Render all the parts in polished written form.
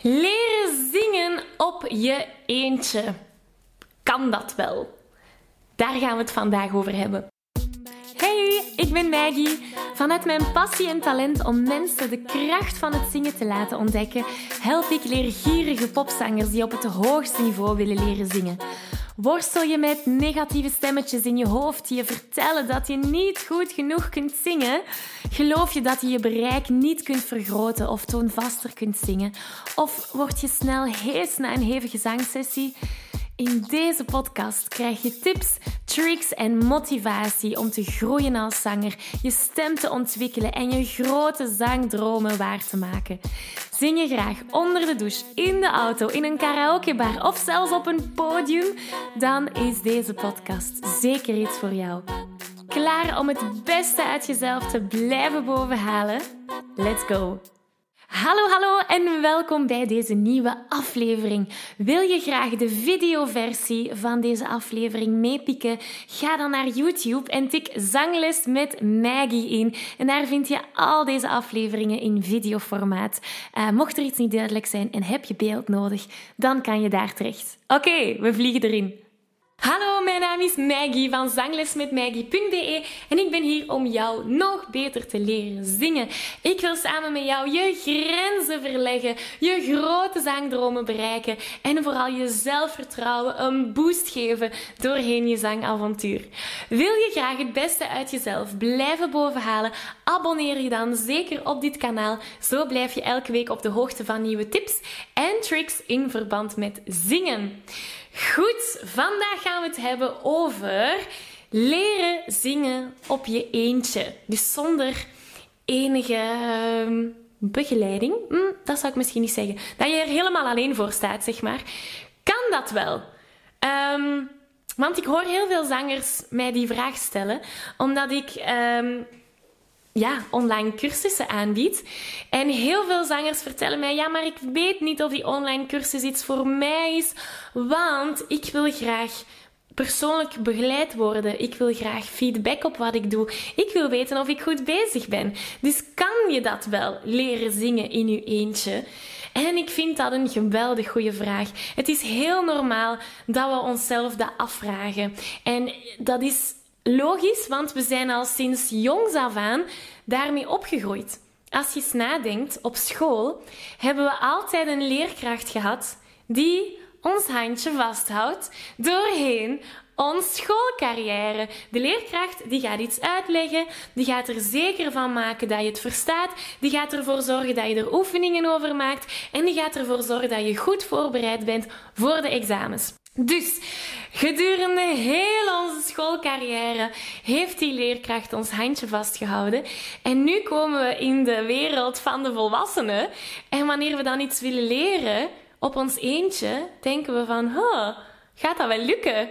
Leren zingen op je eentje. Kan dat wel? Daar gaan we het vandaag over hebben. Hey, ik ben Maggie. Vanuit mijn passie en talent om mensen de kracht van het zingen te laten ontdekken, help ik leergierige popzangers die op het hoogste niveau willen leren zingen. Worstel je met negatieve stemmetjes in je hoofd die je vertellen dat je niet goed genoeg kunt zingen? Geloof je dat je je bereik niet kunt vergroten of toonvaster kunt zingen? Of word je snel hees na een hevige zangsessie? In deze podcast krijg je tips, tricks en motivatie om te groeien als zanger, je stem te ontwikkelen en je grote zangdromen waar te maken. Zing je graag onder de douche, in de auto, in een karaokebar of zelfs op een podium? Dan is deze podcast zeker iets voor jou. Klaar om het beste uit jezelf te blijven bovenhalen? Let's go! Hallo en welkom bij deze nieuwe aflevering. Wil je graag de videoversie van deze aflevering meepikken? Ga dan naar YouTube en tik Zangles met Maggie in. En daar vind je al deze afleveringen in videoformaat. Mocht er iets niet duidelijk zijn en heb je beeld nodig, dan kan je daar terecht. Oké, we vliegen erin. Hallo, mijn naam is Maggie van zanglesmetmaggie.be en ik ben hier om jou nog beter te leren zingen. Ik wil samen met jou je grenzen verleggen, je grote zangdromen bereiken en vooral je zelfvertrouwen een boost geven doorheen je zangavontuur. Wil je graag het beste uit jezelf blijven bovenhalen? Abonneer je dan zeker op dit kanaal. Zo blijf je elke week op de hoogte van nieuwe tips en tricks in verband met zingen. Goed, vandaag gaan we het hebben over leren zingen op je eentje. Dus zonder enige begeleiding. Dat zou ik misschien niet zeggen. Dat je er helemaal alleen voor staat, zeg maar. Kan dat wel? Want ik hoor heel veel zangers mij die vraag stellen, omdat ik online cursussen aanbied. En heel veel zangers vertellen mij, ja, maar ik weet niet of die online cursus iets voor mij is, want ik wil graag persoonlijk begeleid worden. Ik wil graag feedback op wat ik doe. Ik wil weten of ik goed bezig ben. Dus kan je dat wel, leren zingen in je eentje? En ik vind dat een geweldig goede vraag. Het is heel normaal dat we onszelf dat afvragen. En dat is logisch, want we zijn al sinds jongs af aan daarmee opgegroeid. Als je eens nadenkt, op school hebben we altijd een leerkracht gehad die ons handje vasthoudt doorheen ons schoolcarrière. De leerkracht die gaat iets uitleggen, die gaat er zeker van maken dat je het verstaat, die gaat ervoor zorgen dat je er oefeningen over maakt en die gaat ervoor zorgen dat je goed voorbereid bent voor de examens. Dus gedurende heel onze schoolcarrière heeft die leerkracht ons handje vastgehouden. En nu komen we in de wereld van de volwassenen. En wanneer we dan iets willen leren op ons eentje, denken we van, gaat dat wel lukken?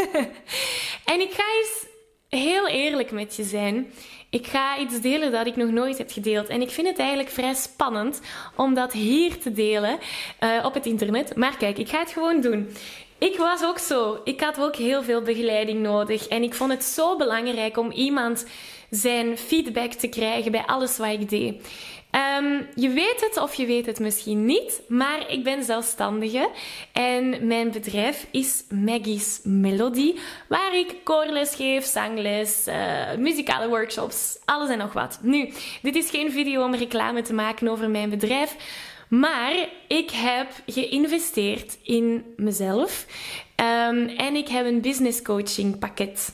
En ik ga eens heel eerlijk met je zijn. Ik ga iets delen dat ik nog nooit heb gedeeld. En ik vind het eigenlijk vrij spannend om dat hier te delen op het internet. Maar kijk, ik ga het gewoon doen. Ik was ook zo. Ik had ook heel veel begeleiding nodig. En ik vond het zo belangrijk om iemand zijn feedback te krijgen bij alles wat ik deed. Je weet het of je weet het misschien niet, maar ik ben zelfstandige. En mijn bedrijf is Maggie's Melody, waar ik koorles geef, zangles, muzikale workshops, alles en nog wat. Nu, dit is geen video om reclame te maken over mijn bedrijf. Maar ik heb geïnvesteerd in mezelf en ik heb een business coaching pakket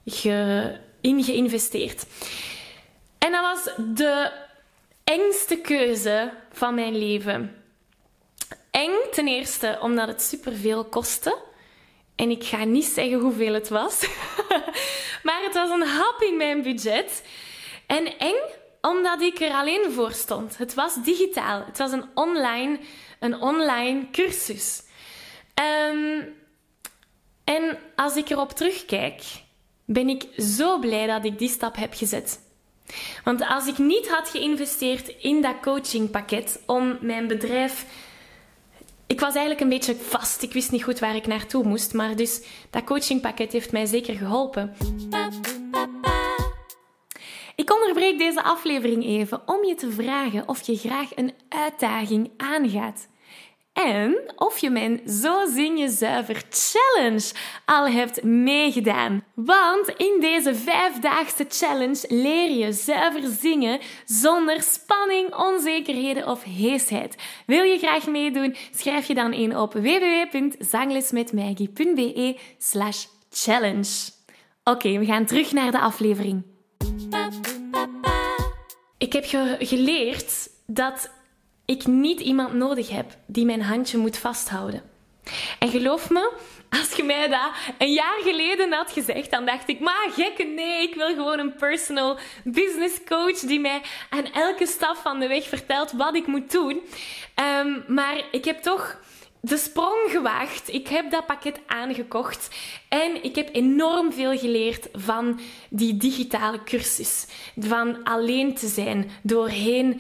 geïnvesteerd. En dat was de engste keuze van mijn leven. Eng ten eerste omdat het superveel kostte. En ik ga niet zeggen hoeveel het was. Maar het was een hap in mijn budget. En eng omdat ik er alleen voor stond. Het was digitaal. Het was een online cursus. En als ik erop terugkijk, ben ik zo blij dat ik die stap heb gezet. Want als ik niet had geïnvesteerd in dat coachingpakket om mijn bedrijf... Ik was eigenlijk een beetje vast. Ik wist niet goed waar ik naartoe moest. Maar dus dat coachingpakket heeft mij zeker geholpen. Ik onderbreek deze aflevering even om je te vragen of je graag een uitdaging aangaat. en of je mijn Zo Zing Je Zuiver Challenge al hebt meegedaan. Want in deze 5-daagse challenge leer je zuiver zingen zonder spanning, onzekerheden of heesheid. Wil je graag meedoen? Schrijf je dan in op www.zanglesmetmaggie.be/challenge. Oké, we gaan terug naar de aflevering. Ik heb geleerd dat ik niet iemand nodig heb die mijn handje moet vasthouden. En geloof me, als je mij dat een jaar geleden had gezegd, dan dacht ik, maar gekke nee, ik wil gewoon een personal business coach die mij aan elke stap van de weg vertelt wat ik moet doen. Maar ik heb toch de sprong gewaagd. Ik heb dat pakket aangekocht en ik heb enorm veel geleerd van die digitale cursus. Van alleen te zijn doorheen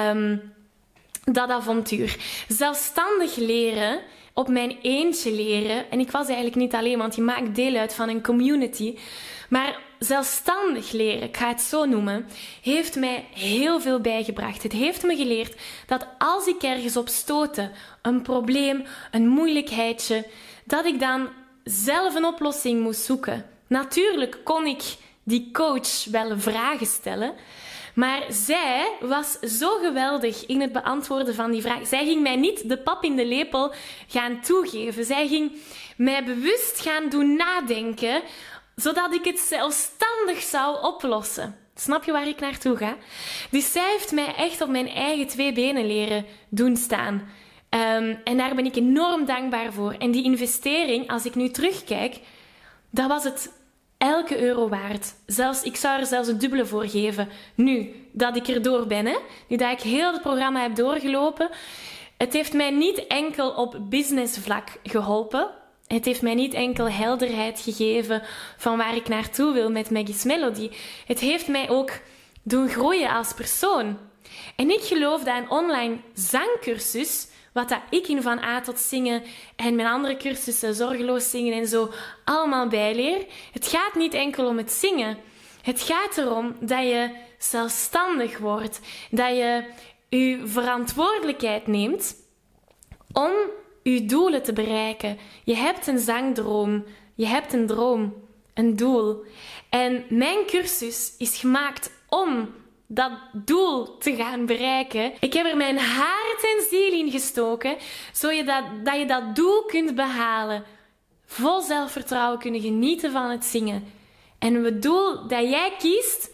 dat avontuur. Zelfstandig leren, op mijn eentje leren. En ik was eigenlijk niet alleen, want je maakt deel uit van een community. Maar zelfstandig leren, ik ga het zo noemen, heeft mij heel veel bijgebracht. Het heeft me geleerd dat als ik ergens op stootte, een probleem, een moeilijkheidje, dat ik dan zelf een oplossing moest zoeken. Natuurlijk kon ik die coach wel vragen stellen, maar zij was zo geweldig in het beantwoorden van die vraag. Zij ging mij niet de pap in de lepel gaan toegeven. Zij ging mij bewust gaan doen nadenken, zodat ik het zelfstandig zou oplossen. Snap je waar ik naartoe ga? Dus zij heeft mij echt op mijn eigen 2 benen leren doen staan. En daar ben ik enorm dankbaar voor. En die investering, als ik nu terugkijk, dat was het elke euro waard. Ik zou er zelfs het dubbele voor geven. Nu dat ik erdoor ben, hè? Nu dat ik heel het programma heb doorgelopen. Het heeft mij niet enkel op businessvlak geholpen. Het heeft mij niet enkel helderheid gegeven van waar ik naartoe wil met Maggie's Melody. Het heeft mij ook doen groeien als persoon. En ik geloof dat een online zangcursus, wat dat ik in van A tot zingen en mijn andere cursussen, zorgeloos zingen en zo, allemaal bijleer. Het gaat niet enkel om het zingen. Het gaat erom dat je zelfstandig wordt. Dat je je verantwoordelijkheid neemt om je doelen te bereiken. Je hebt een zangdroom. Je hebt een droom. Een doel. En mijn cursus is gemaakt om dat doel te gaan bereiken. Ik heb er mijn hart en ziel in gestoken, zodat je dat doel kunt behalen. Vol zelfvertrouwen kunnen genieten van het zingen. En het doel dat jij kiest,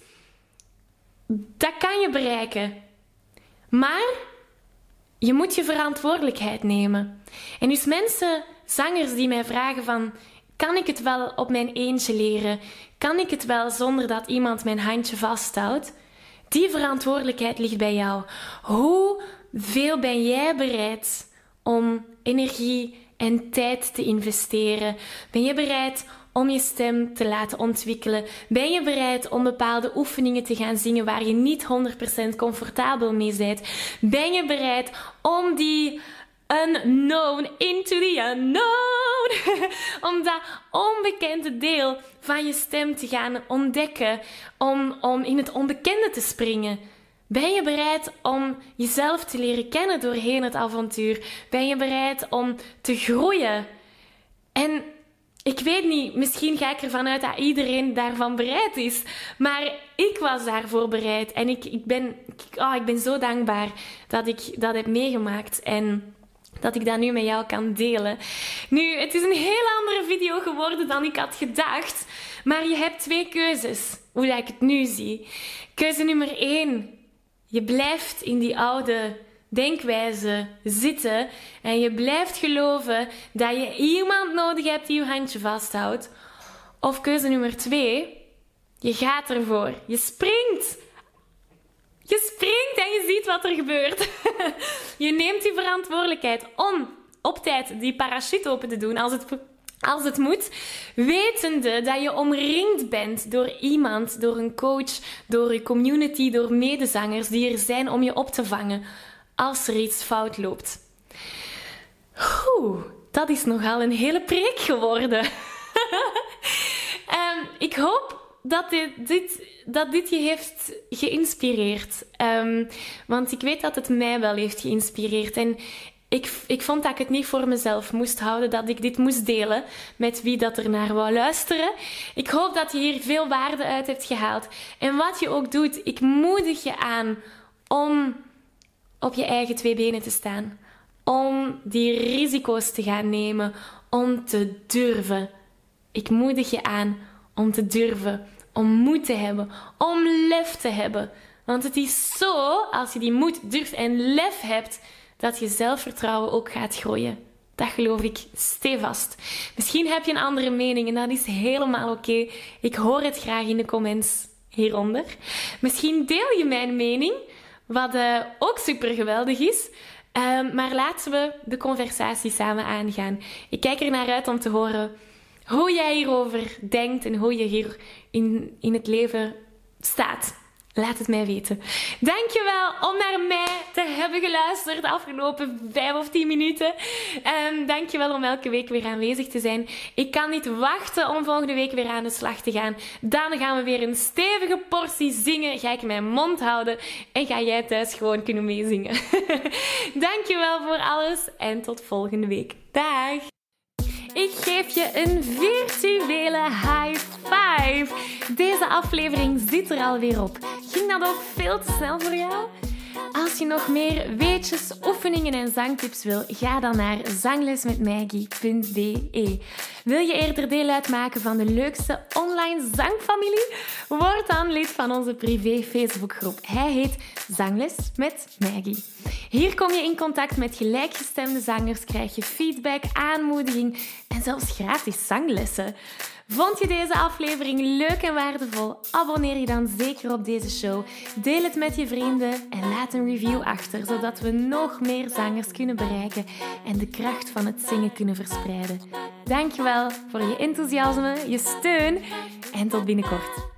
dat kan je bereiken. Maar je moet je verantwoordelijkheid nemen. En dus mensen, zangers die mij vragen van, kan ik het wel op mijn eentje leren? Kan ik het wel zonder dat iemand mijn handje vasthoudt? Die verantwoordelijkheid ligt bij jou. Hoeveel ben jij bereid om energie en tijd te investeren? Ben je bereid om je stem te laten ontwikkelen? Ben je bereid om bepaalde oefeningen te gaan zingen waar je niet 100% comfortabel mee bent? Ben je bereid om die unknown into the unknown, om dat onbekende deel van je stem te gaan ontdekken, om in het onbekende te springen? Ben je bereid om jezelf te leren kennen doorheen het avontuur? Ben je bereid om te groeien? En ik weet niet, misschien ga ik ervan uit dat iedereen daarvan bereid is. Maar ik was daarvoor bereid. En ik ben zo dankbaar dat ik dat heb meegemaakt. En dat ik dat nu met jou kan delen. Nu, het is een heel andere video geworden dan ik had gedacht. Maar je hebt 2 keuzes, hoe dat ik het nu zie. Keuze nummer 1. Je blijft in die oude denkwijze zitten en je blijft geloven dat je iemand nodig hebt die je handje vasthoudt. Of keuze nummer 2, je gaat ervoor. Je springt. Je springt en je ziet wat er gebeurt. Je neemt die verantwoordelijkheid om op tijd die parachute open te doen als het moet, wetende dat je omringd bent door iemand, door een coach, door je community, door medezangers die er zijn om je op te vangen als er iets fout loopt. Dat is nogal een hele preek geworden. Ik hoop dat dit je heeft geïnspireerd. Want ik weet dat het mij wel heeft geïnspireerd. En Ik vond dat ik het niet voor mezelf moest houden, dat ik dit moest delen met wie dat er naar wou luisteren. Ik hoop dat je hier veel waarde uit hebt gehaald. En wat je ook doet, ik moedig je aan om op je eigen 2 benen te staan. Om die risico's te gaan nemen, om te durven. Ik moedig je aan om te durven, om moed te hebben, om lef te hebben. Want het is zo, als je die moed, durf en lef hebt, dat je zelfvertrouwen ook gaat groeien. Dat geloof ik stevast. Misschien heb je een andere mening en dat is helemaal oké. Ik hoor het graag in de comments hieronder. Misschien deel je mijn mening, wat ook super geweldig is. Maar laten we de conversatie samen aangaan. Ik kijk er naar uit om te horen hoe jij hierover denkt en hoe je hier in het leven staat. Laat het mij weten. Dankjewel om naar mij te hebben geluisterd de afgelopen 5 of 10 minuten. Dankjewel om elke week weer aanwezig te zijn. Ik kan niet wachten om volgende week weer aan de slag te gaan. Dan gaan we weer een stevige portie zingen. Ga ik mijn mond houden en ga jij thuis gewoon kunnen meezingen. Dankjewel voor alles en tot volgende week. Dag! Ik geef je een virtuele high five. Deze aflevering zit er alweer op. Ging dat ook veel te snel voor jou? Als je nog meer weetjes, oefeningen en zangtips wil, ga dan naar zanglesmetmaggie.be. Wil je eerder deel uitmaken van de leukste online zangfamilie? Word dan lid van onze privé Facebookgroep. Hij heet Zangles met Maggie. Hier kom je in contact met gelijkgestemde zangers, krijg je feedback, aanmoediging en zelfs gratis zanglessen. Vond je deze aflevering leuk en waardevol? Abonneer je dan zeker op deze show. Deel het met je vrienden en laat een review achter, zodat we nog meer zangers kunnen bereiken en de kracht van het zingen kunnen verspreiden. Dankjewel voor je enthousiasme, je steun en tot binnenkort.